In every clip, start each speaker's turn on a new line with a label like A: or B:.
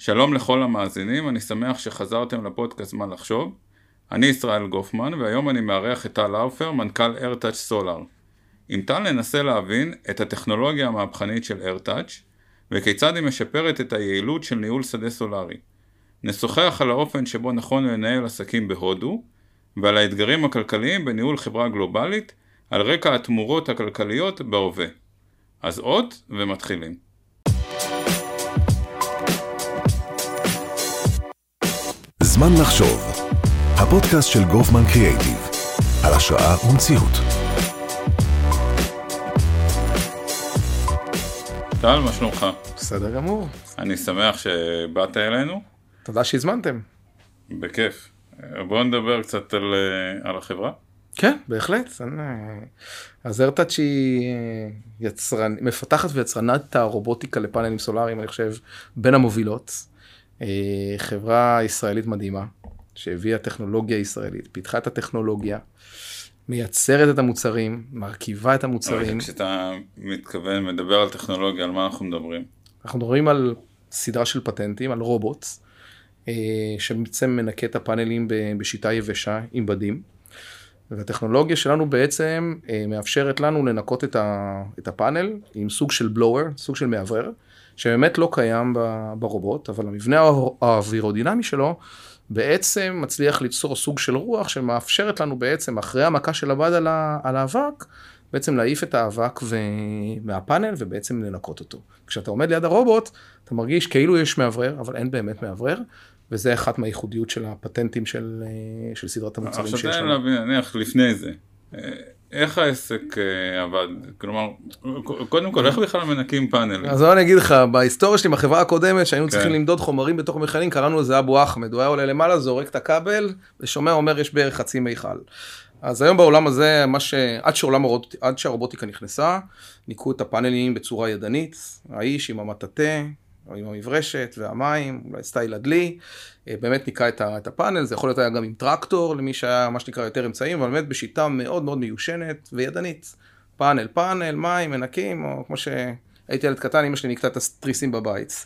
A: שלום לכל המאזינים, אני שמח שחזרתם לפודקאסט מה לחשוב. אני ישראל גופמן, והיום אני מארח את טל לאופר, מנכ"ל AirTouch Solar. עם טל ננסה להבין את הטכנולוגיה המהפכנית של AirTouch, וכיצד היא משפרת את היעילות של ניהול שדה סולארי. נשוחח על האופן שבו נכון לנהל עסקים בהודו, ועל האתגרים הכלכליים בניהול חברה גלובלית, על רקע התמורות הכלכליות בהווה. אז עוד ומתחילים.
B: זמן לחשוב, הפודקאסט של גופמן קריאייטיב, על השראה ומציאות.
A: טל, מה שלומך?
C: בסדר גמור.
A: אני שמח שבאת אלינו.
C: תודה שהזמנתם.
A: בכיף. בואו נדבר קצת על החברה.
C: כן, בהחלט. אז AirTouch היא מפתחת ויצרנת הרובוטיקה לפאנלים סולאריים, אני חושב, בין המובילות. חברה ישראלית מדהימה, שהביאה טכנולוגיה ישראלית, פיתחה את הטכנולוגיה, מייצרת את המוצרים, מרכיבה את המוצרים.
A: כשאתה מדבר על טכנולוגיה, על מה אנחנו מדברים?
C: אנחנו מדברים על סדרה של פטנטים, על רובוט, שבעצם מנקה את הפאנלים בשיטה יבשה עם בדים. והטכנולוגיה שלנו בעצם מאפשרת לנו לנקות את הפאנל עם סוג של בלואר, סוג של מעברר, שבאמת לא קיים ברובוט, אבל המבנה האווירודינמי שלו בעצם מצליח ליצור סוג של רוח שמאפשרת לנו בעצם אחרי המכה של הבד על האבק, בעצם להעיף את האבק מהפאנל ובעצם לנקות אותו. כשאתה עומד ליד הרובוט, אתה מרגיש כאילו יש מעברר, אבל אין באמת מעברר, וזה אחת מהייחודיות של הפטנטים של סדרת המוצרים שיש לנו.
A: עכשיו תן להבין, נניח לפני זה, איך העסק עבד? כלומר, קודם כל, איך בכלל מנקים פאנלים?
C: אז אני אגיד לך, בהיסטוריה שלי, בחברה הקודמת, שהיינו צריכים למדוד חומרים בתוך מכלים, קראנו לזה אבו אחמד, הוא היה עולה למעלה, זורק את הכבל, ושומע אומר, יש בערך חצי מיכל. אז היום בעולם הזה, עד שהרובוטיקה נכנסה, ניקו את הפאנלים בצורה ידנית, האיש עם המטאטה, או עם המברשת והמים, אולי סטייל הדלי, באמת ניקה את הפאנל, זה יכול להיות היה גם עם טרקטור, למי שהיה מה שנקרא יותר אמצעים, אבל באמת בשיטה מאוד מאוד מיושנת וידנית. פאנל, מים, מנקים, או כמו שהייתי ילד קטן, אמא שלי נקטה את הסטריסים בבית.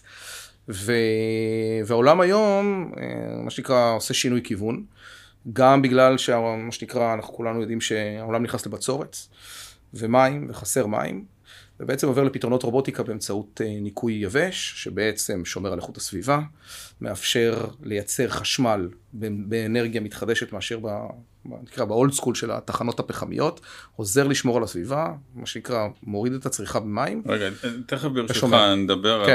C: והעולם היום, מה שנקרא, עושה שינוי כיוון, גם בגלל מה שנקרא, אנחנו כולנו יודעים שהעולם נכנס לבצורת, ומים, וחסר מים, ובעצם עובר לפתרונות רובוטיקה באמצעות ניקוי יבש, שבעצם שומר על איכות הסביבה, מאפשר לייצר חשמל באנרגיה מתחדשת מאשר באולד סקול של התחנות הפחמיות, עוזר לשמור על הסביבה, מה שנקרא מוריד את הצריכה במים.
A: רגע, תכף ברשותך נדבר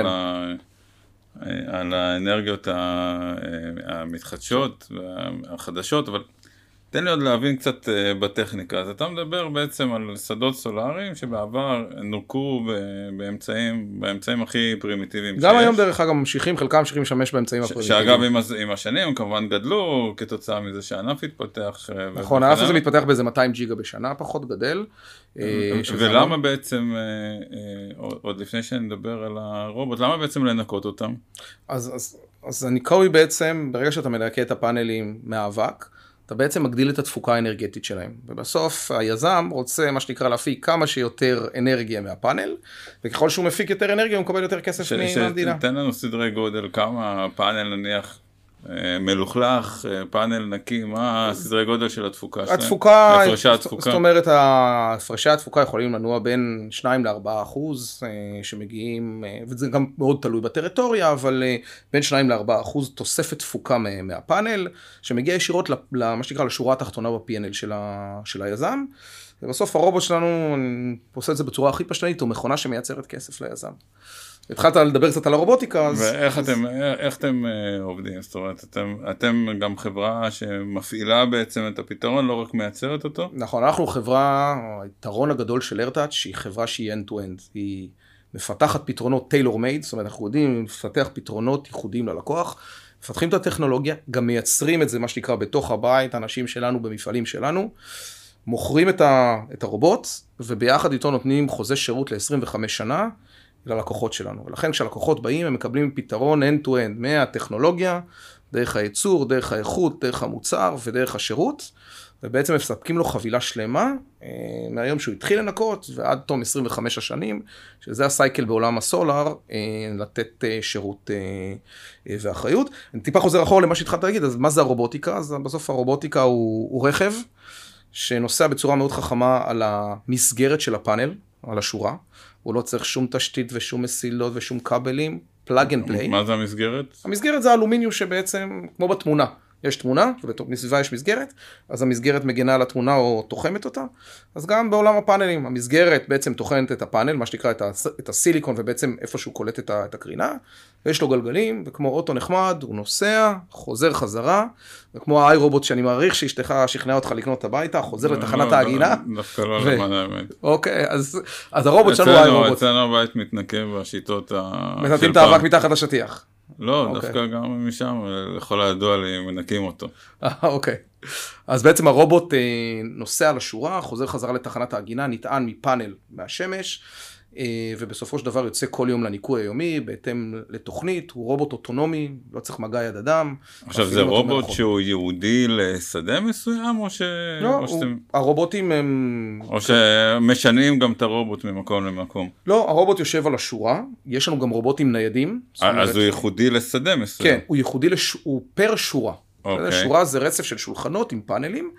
A: על האנרגיות המתחדשות והחדשות, אבל תן לי עוד להבין קצת בטכניקה. אז אתה מדבר בעצם על שדות סולאריים שבעבר נוקו באמצעים הכי פרימיטיביים שיש.
C: גם היום דרך אגב חלקם ממשיכים לשמש באמצעים הפרימיטיביים.
A: שאגב עם השנים הם כמובן גדלו כתוצאה מזה שהענף התפתח.
C: נכון, הענף הזה מתפתח באיזה 200 ג'יגה בשנה, פחות גדל.
A: ולמה בעצם, עוד לפני שנדבר על הרובוט, למה בעצם לנקות אותם?
C: אז הניקוי בעצם, ברגע שאתה מנקה את הפאנלים מהאבק, אתה בעצם מגדיל את התפוקה האנרגטית שלהם. ובסוף היזם רוצה, מה שנקרא, להפיק כמה שיותר אנרגיה מהפאנל, וככל שהוא מפיק יותר אנרגיה, הוא מקבל יותר כסף מהמדינה.
A: תן לנו סדרי גודל, כמה פאנל נניח מלוכלך, פאנל נקי, מה סדרי גודל של התפוקה שלהם? הפרשי התפוקה. זאת אומרת, הפרשי התפוקה יכולים לנוע בין 2-4% שמגיעים, וזה גם מאוד תלוי בטריטוריה, אבל בין 2-4% תוספת תפוקה מהפאנל, שמגיע ישירות למה שנקרא לשורה התחתונה ב-P&L של היזם, ובסוף הרובוט שלנו עושה את זה בצורה הכי פשטנית, הוא מכונה שמייצרת כסף ליזם. התחלת לדבר קצת על הרובוטיקה, אז... ואיך אתם עובדים? זאת אומרת, אתם גם חברה שמפעילה בעצם את הפתרון, לא רק מייצרת אותו?
C: נכון, אנחנו חברה, היתרון הגדול של AirTouch, היא חברה שהיא end-to-end. היא מפתחת פתרונות tailor-made, זאת אומרת, אנחנו יודעים לפתח פתרונות ייחודיים ללקוח, מפתחים את הטכנולוגיה, גם מייצרים את זה, מה שנקרא, בתוך הבית, אנשים שלנו, במפעלים שלנו, מוכרים את הרובוט, וביחד איתו נותנים חוזה שירות ל-25 שנה, ללקוחות שלנו. ולכן כשהלקוחות באים, הם מקבלים פתרון end-to-end, מהטכנולוגיה, דרך הייצור, דרך האיכות, דרך המוצר ודרך השירות. ובעצם מספקים לו חבילה שלמה, מהיום שהוא התחיל לנקות, ועד תום 25 השנים, שזה הסייקל בעולם הסולר, לתת שירות ואחריות. אני טיפה חוזר אחורה למה שהתחלת להגיד, אז מה זה הרובוטיקה? אז בסוף הרובוטיקה הוא רכב, שנוסע בצורה מאוד חכמה על המסגרת של הפאנל, על השורה. הוא לא צריך שום תשתית ושום מסילות ושום כבלים, פלאג אנד פליי.
A: מה זה המסגרת?
C: המסגרת זה האלומיניום שבעצם, כמו בתמונה, יש תמונה, ומסביבה יש מסגרת, אז המסגרת מגנה על התמונה או תוחמת אותה. אז גם בעולם הפאנלים, המסגרת בעצם תוחמת את הפאנל, מה שנקרא את הסיליקון, ובעצם איפה שהוא קולט את הקרינה, ויש לו גלגלים, וכמו אוטו נחמד, הוא נוסע, חוזר חזרה, וכמו האי רובוט שאני מעריך שאשתך שכנעה אותך לקנות הביתה, חוזר לתחנת ההגינה.
A: דווקא לא למען האמת.
C: אוקיי, אז הרובוט שלנו האי רובוט.
A: אצלנו הבית מתנקה בשיטות
C: מנתים את האבק מתחת לשטיח.
A: לא, דווקא גם משם, לכל הידוע לי, מנקים אותו.
C: אוקיי. אז בעצם הרובוט נוסע לשורה, חוזר חזרה לתחנת ההגינה, נטען מפאנל מהשמש, ובסופו של דבר יוצא כל יום לניקוי היומי, בהתאם לתוכנית, הוא רובוט אוטונומי, לא צריך מגע יד אדם.
A: עכשיו זה רובוט שהוא ייעודי לשדה מסוים, או ש...
C: לא, הרובוטים הם...
A: או שמשנים גם את הרובוט ממקום למקום.
C: לא, הרובוט יושב על השורה, יש לנו גם רובוטים ניידים.
A: אז הוא ייחודי לשדה מסוים.
C: כן, הוא ייחודי, הוא פר שורה. שורה זה רצף של שולחנות עם פאנלים,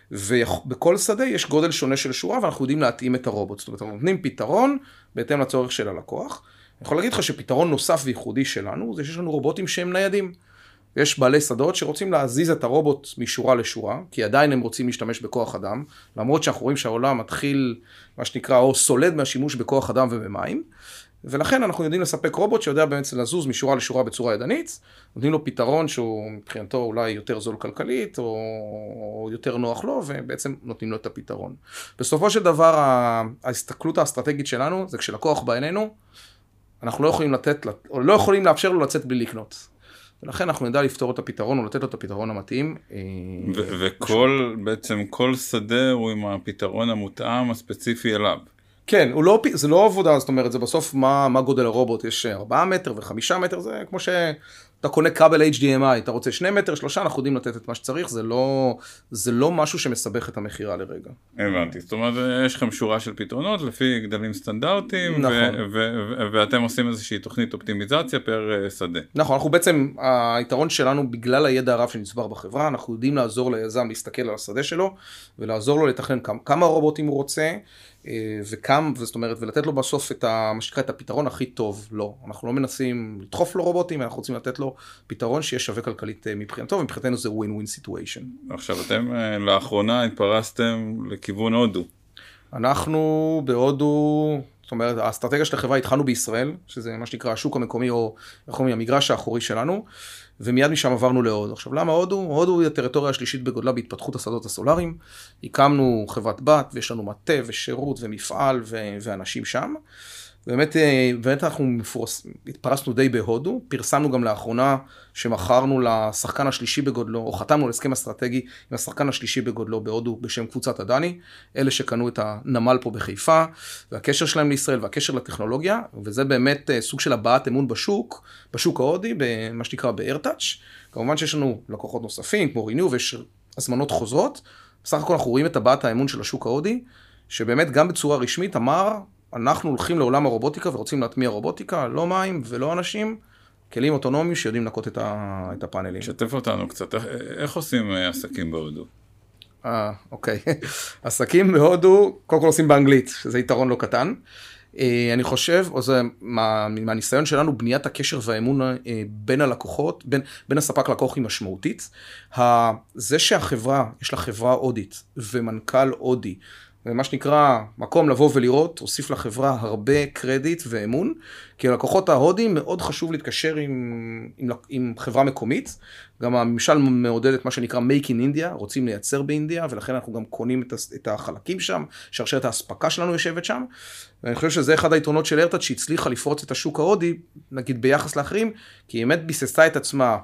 C: ובכל שדה יש גודל שונה של שורה, ואנחנו יודעים להתאים את הרובוט. זאת אומרת, אנחנו נותנים פתרון בהתאם לצורך של הלקוח. אני יכול להגיד לך שפתרון נוסף וייחודי שלנו, זה שיש לנו רובוטים שהם ניידים. יש בעלי שדות שרוצים להזיז את הרובוט משורה לשורה, כי עדיין הם רוצים להשתמש בכוח אדם, למרות שאנחנו רואים שהעולם מתחיל, מה שנקרא, או סולד מהשימוש בכוח אדם ובמים, ולכן אנחנו יודעים לספק רובוט שיודע באמת לזוז משורה לשורה בצורה ידנית, נותנים לו פתרון שהוא מבחינתו אולי יותר זול כלכלית, או יותר נוח לו, ובעצם נותנים לו את הפתרון. בסופו של דבר, ההסתכלות האסטרטגית שלנו, זה כשלקוח בעינינו, אנחנו לא יכולים לאפשר לו לצאת בלי לקנות. ולכן אנחנו נדע לפתור את הפתרון, או לתת לו את הפתרון המתאים.
A: בעצם כל שדה הוא עם הפתרון המותאם הספציפי אליו.
C: כן, זה לא עבודה, זאת אומרת, זה בסוף מה גודל הרובוט, יש 4 מטר ו5 מטר, זה כמו שאתה קונה כבל HDMI, אתה רוצה 2 מטר, 3, אנחנו יודעים לתת את מה שצריך, זה לא משהו שמסבך את המחירה לרגע.
A: הבנתי, זאת אומרת, יש לכם שורה של פתרונות לפי גדלים סטנדרטיים,
C: נכון.
A: ואתם עושים איזושהי תוכנית אופטימיזציה פר שדה.
C: נכון, אנחנו בעצם, היתרון שלנו, בגלל הידע הרב שנצבר בחברה, אנחנו יודעים לעזור ליזם להסתכל על השדה שלו, ולעזור לו לתכנן כמה רובוטים הוא רוצה, זאת אומרת, ולתת לו בסוף מה שנקרא את הפתרון הכי טוב לו. אנחנו לא מנסים לדחוף לו רובוטים, אנחנו רוצים לתת לו פתרון שיהיה שווה כלכלית מבחינתו, ומבחינתנו זה win-win situation.
A: עכשיו, אתם לאחרונה התפרסתם לכיוון הודו.
C: אנחנו בהודו, זאת אומרת, האסטרטגיה של החברה התחלנו בישראל, שזה מה שנקרא השוק המקומי, או המגרש האחורי שלנו, ומיד משם עברנו להודו. עכשיו, למה הודו? הודו היא הטריטוריה השלישית בגודלה בהתפתחות השדות הסולאריים. הקמנו חברת בת, ויש לנו מטה ושירות ומפעל ואנשים שם. באמת אנחנו התפרסנו די בהודו, פרסמנו גם לאחרונה שמכרנו לשחקן השלישי בגודלו, או חתמנו להסכם אסטרטגי עם השחקן השלישי בגודלו בהודו בשם קבוצת הדני, אלה שקנו את הנמל פה בחיפה, והקשר שלהם לישראל והקשר לטכנולוגיה, וזה באמת סוג של הבעת אמון בשוק ההודי, במה שנקרא ב-AirTouch. כמובן שיש לנו לקוחות נוספים, כמו ריניו, ויש הזמנות חוזרות. בסך הכל אנחנו רואים את הבעת האמון של השוק ההודי, שבאמת גם בצורה רשמית אמר, אנחנו הולכים לעולם הרובוטיקה ורוצים להטמיע רובוטיקה, לא מים ולא אנשים, כלים אוטונומיים שיודעים לנקות את הפאנלים.
A: שתף אותנו קצת, איך עושים עסקים בהודו?
C: אוקיי. עסקים בהודו, קודם כל עושים באנגלית, שזה יתרון לא קטן. אני חושב, או זה מהניסיון שלנו, בניית הקשר והאמון בין הלקוחות, בין הספק לקוח היא משמעותית. זה שהחברה, יש לה חברה הודית ומנכ"ל הודי, ומה שנקרא מקום לבוא ולראות, הוסיף לחברה הרבה קרדיט ואמון, כי הלקוחות ההודים מאוד חשוב להתקשר עם חברה מקומית, גם הממשל מעודד את מה שנקרא Make in India, רוצים לייצר באינדיה, ולכן אנחנו גם קונים את החלקים שם, שרשרת ההספקה שלנו יושבת שם, ואני חושב שזה אחד היתרונות של AirTouch, שהצליחה לפרוץ את השוק ההודי, נגיד ביחס לאחרים, כי היא באמת ביססה את עצמה,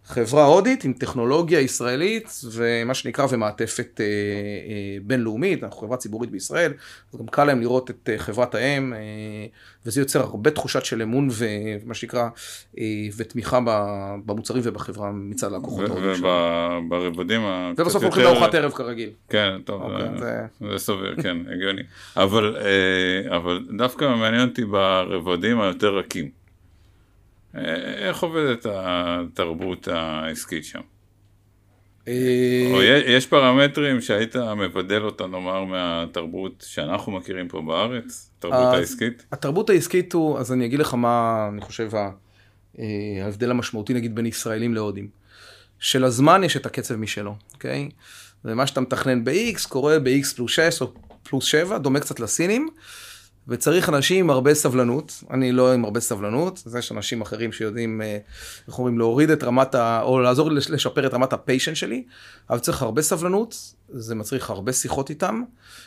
C: חברה הודית עם טכנולוגיה ישראלית ומה שנקרא ומעטפת בינלאומית, אנחנו חברה ציבורית בישראל, אז גם קל להם לראות את חברת האם, וזה יוצר הרבה תחושת של אמון ומה שנקרא, ותמיכה במוצרים ובחברה מצד לקוחות.
A: וברבדים
C: ובסוף הולכים לארוחת ערב כרגיל.
A: כן, טוב, זה סובר, כן, הגיוני. אבל דווקא מעניין אותי ברבדים היותר רכים. איך עובדת התרבות העסקית שם? או יש פרמטרים שהיית מבדל אותה, נאמר, מהתרבות שאנחנו מכירים פה בארץ, התרבות העסקית?
C: התרבות העסקית הוא, אז אני אגיד לך מה, אני חושב, ההבדל המשמעותי, נגיד, בין ישראלים להודים. שלזמן יש את הקצב משלו, אוקיי? ומה שאתה מתכנן ב-X, קורה ב-X פלוס 6 או פלוס 7, דומה קצת לסינים, וצריך אנשים עם הרבה סבלנות, אני לא עם הרבה סבלנות, זה יש אנשים אחרים שיודעים, איך אומרים, להוריד את רמת, או לעזור לשפר את רמת הפיישן שלי, אבל צריך הרבה סבלנות, זה מצריך הרבה שיחות איתם,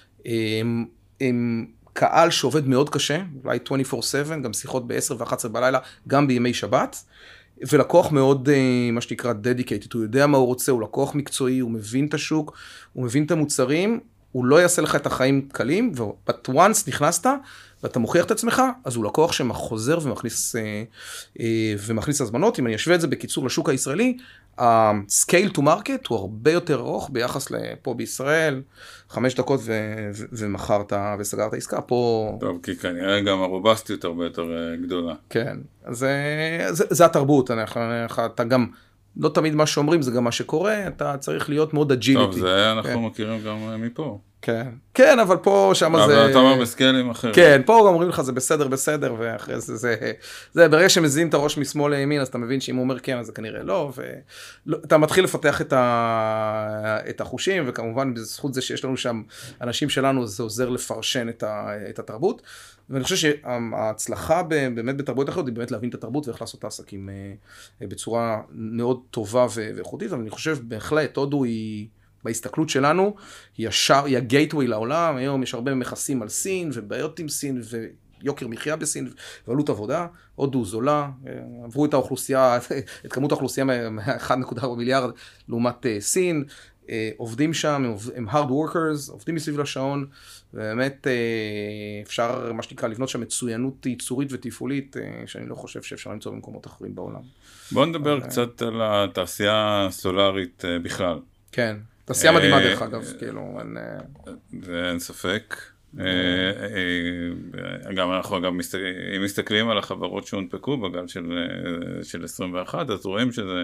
C: עם קהל שעובד מאוד קשה, אולי 24/7, גם שיחות ב-10 ו-11 בלילה, גם בימי שבת, ולקוח מאוד, מה שנקרא, dedicated, הוא יודע מה הוא רוצה, הוא לקוח מקצועי, הוא מבין את השוק, הוא מבין את המוצרים, הוא לא יעשה לך את החיים קלים, but once נכנסת, ואתה מוכיח את עצמך, אז הוא לקוח שחוזר ומכניס הזמנות. אם אני אשווה את זה בקיצור לשוק הישראלי, ה-scale to market הוא הרבה יותר ארוך ביחס לפה בישראל, 5 דקות ומחרת וסגרת עסקה. פה...
A: טוב, כי כנראה גם הרובסטיות הרבה יותר גדולה.
C: כן, אז זה התרבות, אתה גם... לא תמיד מה שאומרים, זה גם מה שקורה, אתה צריך להיות מאוד אג'יליטי.
A: טוב, זה אנחנו מכירים גם מפה.
C: כן, כן, אבל פה, שמה זה...
A: אבל אתה אומר בסקיילים אחרים.
C: כן, פה גם אומרים לך, זה בסדר, ואחרי זה, ברגע שמזיעים את הראש משמאל לימין, אז אתה מבין שאם הוא אומר כן, אז זה כנראה לא, ואתה מתחיל לפתח את החושים, וכמובן, בזכות זה שיש לנו שם אנשים שלנו, זה עוזר לפרשן את התרבות, ואני חושב שההצלחה באמת בתרבויות אחרות, היא באמת להבין את התרבות ואיך לעשות את העסקים בצורה מאוד טובה ואיכותית, אבל אני חושב בהחלט, הודו היא, בהסתכלות שלנו, היא הגייטווי לעולם, היום יש הרבה מכסים על סין, ובעיות עם סין, ויוקר מחיה בסין, ועלות עבודה, הודו זולה, עברו את האוכלוסייה, את כמות האוכלוסייה מ-1.4 מיליארד לעומת סין, עובדים שם, הם hard workers, עובדים מסביב לשעון, ובאמת אפשר, מה שנקרא, לבנות שם מצוינות ייצורית ותפעולית, שאני לא חושב שאפשר למצוא במקומות אחרים בעולם.
A: בואו נדבר קצת על התעשייה הסולארית בכלל.
C: כן, תעשייה מדהימה דרך אגב, כאילו,
A: אין ספק. גם אנחנו גם מסתכלים על החברות שהונפקו בגל של 21, אז רואים שזה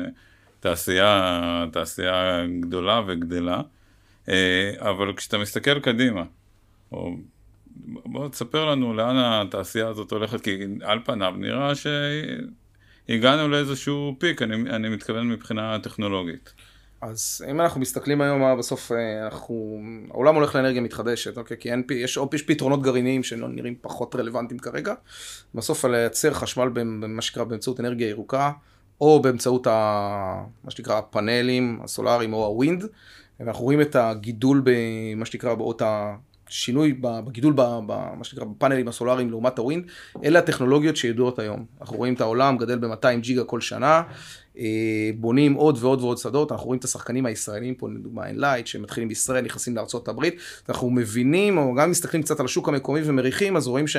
A: תעשייה גדולה וגדלה, אבל כשאתה מסתכל קדימה, בוא תספר לנו לאן התעשייה הזאת הולכת, כי על פניו נראה שהגענו לאיזשהו פיק, אני מתכוון מבחינה טכנולוגית.
C: אז אם אנחנו מסתכלים היום, בסוף העולם הולך לאנרגיה מתחדשת, אוקיי? כי יש פתרונות גרעיניים שלא נראים פחות רלוונטיים כרגע, בסוף לייצר חשמל במה שקרה באמצעות אנרגיה ירוקה, או באמצעות מה שנקרא הפאנלים הסולאריים או הווינד, ואנחנו רואים את הגידול במה שנקרא באות השינוי בגידול במה שנקרא בפאנלים הסולאריים לעומת הווינד, אלה הטכנולוגיות שידועות היום. אנחנו רואים את העולם גדל ב-200 ג'יגה כל שנה, בונים עוד ועוד ועוד שדות, אנחנו רואים את השחקנים הישראלים פה, לדוגמה Enlight, שמתחילים בישראל, נכנסים לארצות הברית, אנחנו מבינים, או גם מסתכלים קצת על השוק המקומי ומריחים, אז רואים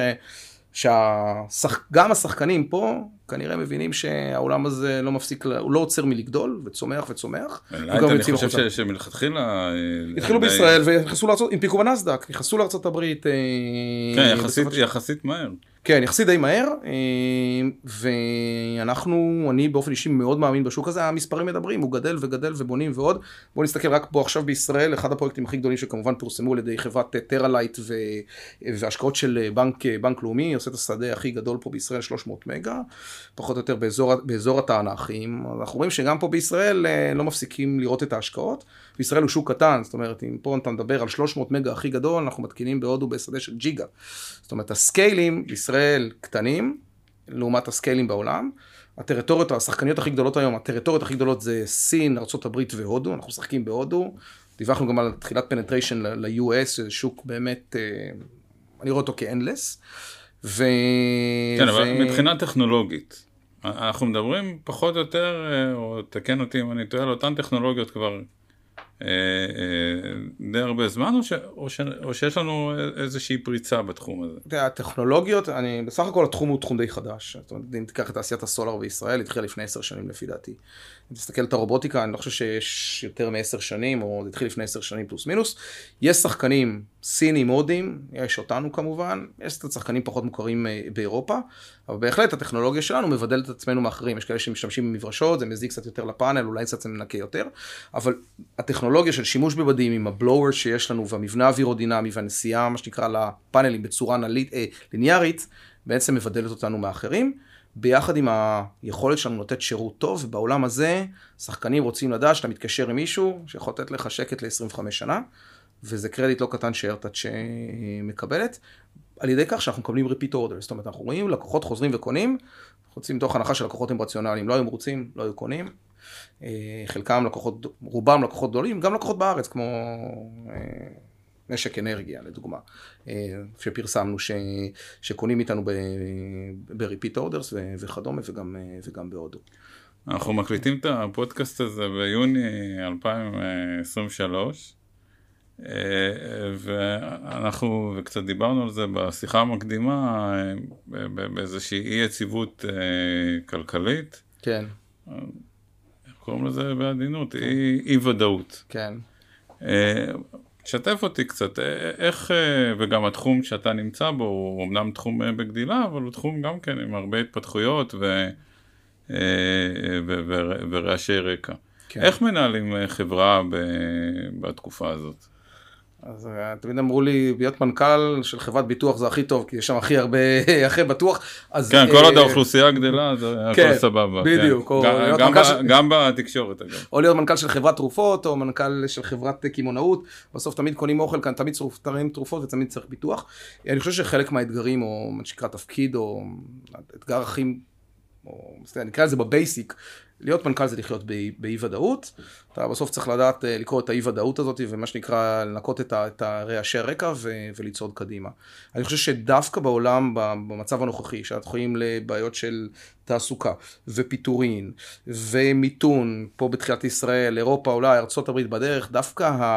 C: שגם השחקנים פה כנראה מבינים שהעולם הזה לא מפסיק, הוא לא עוצר מלגדול וצומח וצומח.
A: אני חושב שמלכתחילה...
C: התחילו בישראל ונכנסו לארצות, הנפיקו בנסדק, נכנסו לארצות הברית.
A: כן, יחסית מהר.
C: כן, יחסית די מהר, אני באופן אישי מאוד מאמין בשוק הזה, המספרים מדברים, הוא גדל וגדל ובונים ועוד. בואו נסתכל רק פה עכשיו בישראל, אחד הפרויקטים הכי גדולים שכמובן פורסמו על ידי חברת טרלייט והשקעות של בנק לאומי, עושה את השדה הכי גדול פה בישראל, 300 מגה, פחות או יותר באזור התענכים. אנחנו רואים שגם פה בישראל לא מפסיקים לראות את ההשקעות. בישראל הוא שוק קטן, זאת אומרת, אם פה אתה מדבר על 300 מגה הכי גדול, אנחנו מתקינים בהודו בשדה של ג'יגה. זאת אומרת, הסקיילים בישראל קטנים, לעומת הסקיילים בעולם. הטריטוריות, השחקניות הכי גדולות היום, הטריטוריות הכי גדולות זה סין, ארצות הברית והודו, אנחנו משחקים בהודו. דיווחנו גם על תחילת פנטריישן ל-US, שזה שוק באמת, אני רואה אותו כאנדלס.
A: כן, אבל מבחינה טכנולוגית, אנחנו מדברים פחות או יותר, או תקן אותי אם אני טועה, על אותן טכנולוגיות כבר די הרבה זמן, או שיש לנו איזושהי פריצה בתחום הזה?
C: הטכנולוגיות, בסך הכל התחום הוא תחום די חדש. זאת אומרת, אם תיקח את תעשיית הסולר בישראל, התחילה לפני 10 שנים לפי דעתי. אם תסתכל את הרובוטיקה, אני לא חושב שיש יותר מ10 שנים, או זה התחיל לפני 10 שנים פלוס מינוס. יש שחקנים סינים, הודים, יש אותנו כמובן, יש את השחקנים פחות מוכרים באירופה, אבל בהחלט הטכנולוגיה שלנו מבדלת את עצמנו מאחרים. יש כאלה שמשתמשים במברשות, זה מזיק קצת יותר לפאנל, אולי קצת מנקה יותר, אבל הטכנולוגיה של שימוש בבדים עם הבלואוור שיש לנו והמבנה האווירודינמי והנסיעה, מה שנקרא לפאנלים בצורה ליניארית, בעצם מבדלת אותנו מאחרים, ביחד עם היכולת שלנו לתת שירות טוב, ובעולם הזה שחקנים רוצים לדעת שאתה מתקשר עם מישהו שיכול לתת לך שקט ל-25 שנה, וזה קרדיט לא קטן שאיירטאץ' שמקבלת, על ידי כך שאנחנו מקבלים repeat order, זאת אומרת, אנחנו רואים לקוחות חוזרים וקונים, אנחנו רוצים מתוך הנחה שלקוחות הם רציונליים, לא היו מרוצים, לא היו קונים, חלקם לקוחות, רובם לקוחות גדולים, גם לקוחות בארץ, כמו משק אנרגיה, לדוגמה, שפרסמנו שקונים איתנו ב-repeat orders וכדומה, וגם בהודו.
A: אנחנו מקליטים את הפודקאסט הזה ביוני 2023, ואנחנו קצת דיברנו על זה בשיחה המקדימה, באיזושהי אי יציבות כלכלית.
C: כן.
A: קוראים לזה בעדינות, אי ודאות.
C: כן.
A: שתף אותי קצת, איך, וגם התחום שאתה נמצא בו, הוא אמנם תחום בגדילה, אבל הוא תחום גם כן עם הרבה התפתחויות ורעשי רקע. כן. איך מנהלים חברה בתקופה הזאת?
C: אז תמיד אמרו לי, להיות מנכ"ל של חברת ביטוח זה הכי טוב, כי יש שם הכי הרבה, הכי בטוח.
A: כן, כל עוד האוכלוסייה גדלה, זה הכל סבבה.
C: בדיוק.
A: גם בתקשורת, אגב.
C: או להיות מנכ"ל של חברת תרופות, או מנכ"ל של חברת קימונאות, בסוף תמיד קונים אוכל כאן, תמיד צורפים תרופות, ותמיד צריך ביטוח. אני חושב שחלק מהאתגרים, או מה שנקרא תפקיד, או האתגר הכי, נקרא לזה בבייסיק, להיות מנכ"ל זה לחיות באי ודאות, אתה בסוף צריך לדעת לקרוא את האי ודאות הזאת, ומה שנקרא לנקות את רעשי הרקע ולצעוד קדימה. אני חושב שדווקא בעולם, במצב הנוכחי, שאנחנו חיים לבעיות של תעסוקה, ופיטורין, ומיתון, פה בתחילת ישראל, אירופה, אולי, ארצות הברית בדרך, דווקא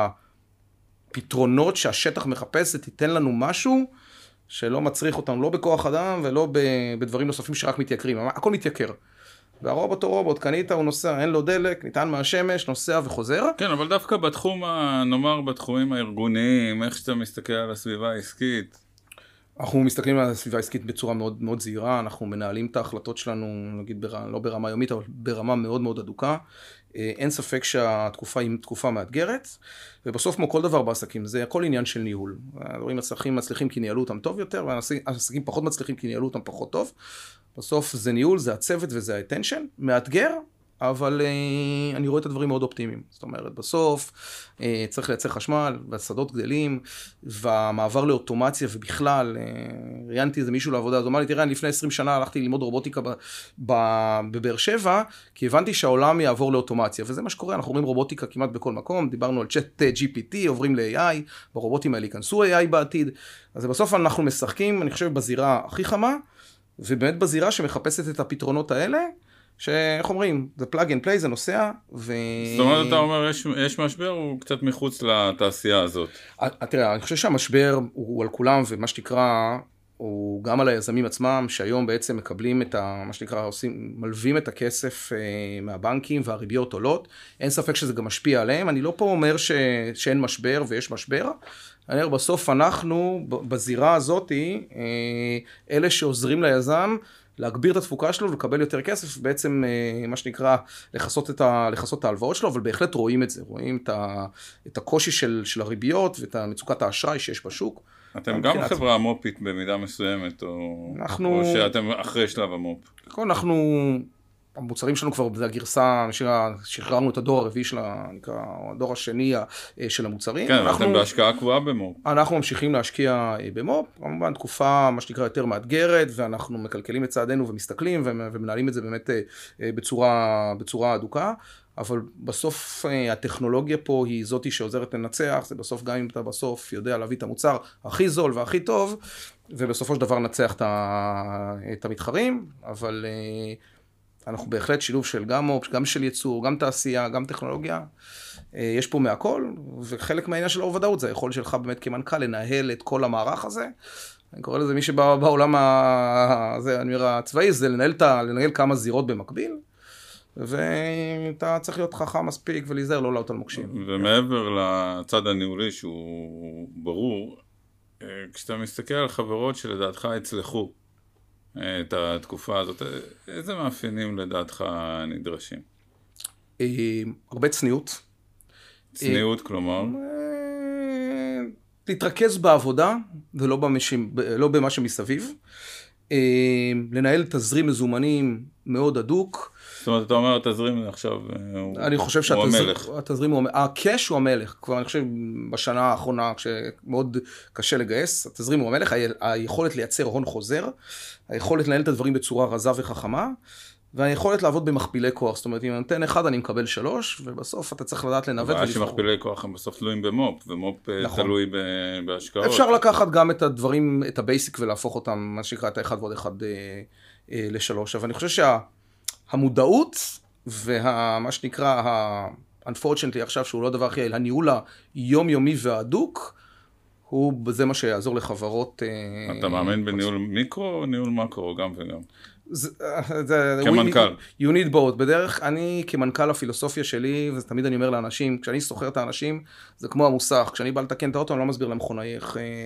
C: הפתרונות שהשטח מחפש, זה תיתן לנו משהו, שלא מצריך אותנו, לא בכוח אדם, ולא בדברים נוספים שרק מתייקרים, הכל מתייקר. והרובוט הוא רובוט, קנית, הוא נוסע, אין לו דלק, ניתן מהשמש, נוסע וחוזר.
A: כן, אבל דווקא בתחום, נאמר, בתחומים הארגוניים, איך שאתה מסתכל על הסביבה העסקית?
C: אנחנו מסתכלים על הסביבה העסקית בצורה מאוד מאוד זהירה, אנחנו מנהלים את ההחלטות שלנו, נגיד, לא ברמה יומית, אבל ברמה מאוד מאוד אדוקה. אין ספק שהתקופה היא תקופה מאתגרת, ובסוף כמו כל דבר בעסקים, זה הכל עניין של ניהול. הדברים מצליחים כי ניהלו אותם טוב יותר, והעסקים פחות מצליחים כי ניהלו אותם פחות טוב. בסוף זה ניהול, זה הצוות וזה האטנשן, מאתגר, אבל אני רואה את הדברים מאוד אופטימיים. זאת אומרת, בסוף צריך לייצר חשמל, והשדות גדלים, והמעבר לאוטומציה, ובכלל, ראיינתי איזה מישהו לעבודה, אז הוא אמר לי, תראה, אני לפני 20 שנה הלכתי ללמוד רובוטיקה בבאר שבע, כי הבנתי שהעולם יעבור לאוטומציה, וזה מה שקורה, אנחנו רואים רובוטיקה כמעט בכל מקום, דיברנו על צ'אט GPT, עוברים ל-AI, ברובוטים האלה ייכנסו AI בעתיד, אז בסוף אנחנו משחקים, אני חושב, בזירה הכי חמה, ובאמת בזירה שמחפשת את הפתרונות האלה, שאיך אומרים, זה פלאג אנד פליי, זה נוסע,
A: זאת אומרת, אתה אומר, יש משבר, הוא קצת מחוץ לתעשייה הזאת.
C: תראה, אני חושב שהמשבר הוא על כולם, ומה שתקרא, הוא גם על היזמים עצמם, שהיום בעצם מקבלים את מה שנקרא, מלווים את הכסף מהבנקים, והריביות עולות. אין ספק שזה גם משפיע עליהם. אני לא פה אומר שאין משבר ויש משבר. אני אומר, בסוף אנחנו, בזירה הזאת, אלה שעוזרים ליזם, להגביר את התפוקה שלו ולקבל יותר כסף, בעצם מה שנקרא לחסות את ההלוואות שלו, אבל בהחלט רואים את זה, רואים את הקושי של הריביות ואת מצוקת האשראי שיש בשוק.
A: אתם גם חברה מופית במידה מסוימת, או שאתם אחרי שלב המופ?
C: המוצרים שלנו כבר בגרסה, שחררנו את הדור הרביעי של הדור השני של המוצרים.
A: כן, אתם בהשקעה קבועה במופ.
C: אנחנו ממשיכים להשקיע במופ, כמובן תקופה, מה שנקרא, יותר מאתגרת, ואנחנו מקלקלים את צעדינו ומסתכלים, ומנהלים את זה באמת בצורה אדוקה, אבל בסוף הטכנולוגיה פה היא זאתי שעוזרת לנצח, זה בסוף גם אם אתה בסוף יודע להביא את המוצר הכי זול והכי טוב, ובסופו של דבר נצח את המתחרים, אבל אנחנו בהחלט שילוב של גם אופ, גם של ייצור, גם תעשייה, גם טכנולוגיה. יש פה מהכל, וחלק מהעניין של הוודאות זה היכולת שלך באמת כמנכ"ל לנהל את כל המערך הזה. אני קורא לזה מי שבעולם הצבאי, זה לנהל כמה זירות במקביל, ואתה צריך להיות חכם מספיק ולהיזהר לא לעלות על מוקשים.
A: ומעבר לצד הניהולי שהוא ברור, כשאתה מסתכל על חברות שלדעתך הצלחו את התקופה הזאת, איזה מאפיינים לדעתך נדרשים?
C: הרבה צניעות.
A: צניעות כלומר?
C: להתרכז בעבודה ולא במה שמסביב. לנהל תזרים מזומנים מאוד הדוק.
A: זאת אומרת, אתה אומר, התזרים עכשיו הוא המלך.
C: אני חושב שהתזרים הוא המלך. הקש הוא המלך. כבר אני חושב בשנה האחרונה, כשמאוד קשה לגייס, התזרים הוא המלך. היכולת לייצר הון חוזר, היכולת לנהל את הדברים בצורה רזה וחכמה, והיכולת לעבוד במכפילי כוח. זאת אומרת, אם אני נותן 1, אני מקבל 3, ובסוף אתה צריך לדעת לנווט ולבחור.
A: שמכפילי כוח הם בסוף תלויים במופ, ומופ תלוי בהשקעות.
C: אפשר לקחת גם את הדברים, את הבייסיק, ולהפוך אותם, מה שנקרא, את ה-1 ועוד 1 ל-3. אבל אני חושב שהמודעות, ומה שנקרא, unfortunately עכשיו, שהוא לא דבר הכי, הניהול היומיומי והדוק, זה מה שיעזור לחברות.
A: אתה מאמין בניהול מיקרו או ניהול מקרו, גם וגם?
C: כמנכ"ל. You need both. בדרך, אני כמנכ"ל הפילוסופיה שלי, ותמיד אני אומר לאנשים, כשאני סוחר את האנשים, זה כמו המוסך. כשאני בא לתקן את האוטו, אני לא מסביר למכונאי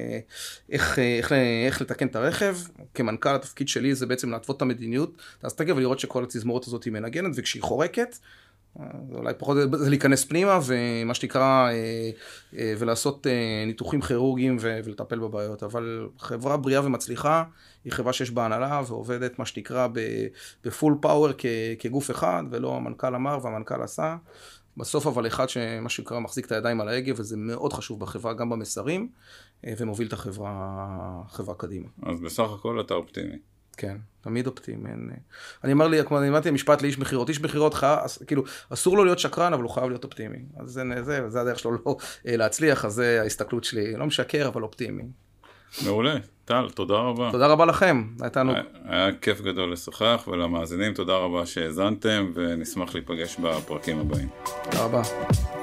C: איך לתקן את הרכב. כמנכ"ל, התפקיד שלי זה בעצם להתוות את המדיניות, אז תגיע ולראות שכל התזמורת הזאת היא מנגנת, וכשהיא חורקת, אולי פחות זה להיכנס פנימה, ומה שנקרא, ולעשות ניתוחים כירורגיים ולטפל בבעיות. אבל חברה בריאה ומצליחה, היא חברה שיש בה הנהלה, ועובדת מה שנקרא בפול פאוור כגוף אחד, ולא המנכ"ל אמר והמנכ"ל עשה. בסוף אבל אחד שמה שנקרא מחזיק את הידיים על ההגה, וזה מאוד חשוב בחברה, גם במסרים, ומוביל את החברה קדימה.
A: אז בסך הכל אתה אופטימי.
C: כן, תמיד אופטימי. אני אומר לי, כמו אני אמרתי, משפט לאיש מחירות. איש מחירות, כאילו, אסור לו להיות שקרן, אבל הוא חייב להיות אופטימי. אז זה הדרך שלו לא להצליח, אז זה ההסתכלות שלי. לא משקר, אבל אופטימי.
A: מעולה. טל, תודה רבה.
C: תודה רבה לכם.
A: היה כיף גדול לשוחח, ולמאזינים תודה רבה שהאזנתם, ונשמח להיפגש בפרקים הבאים.
C: תודה רבה.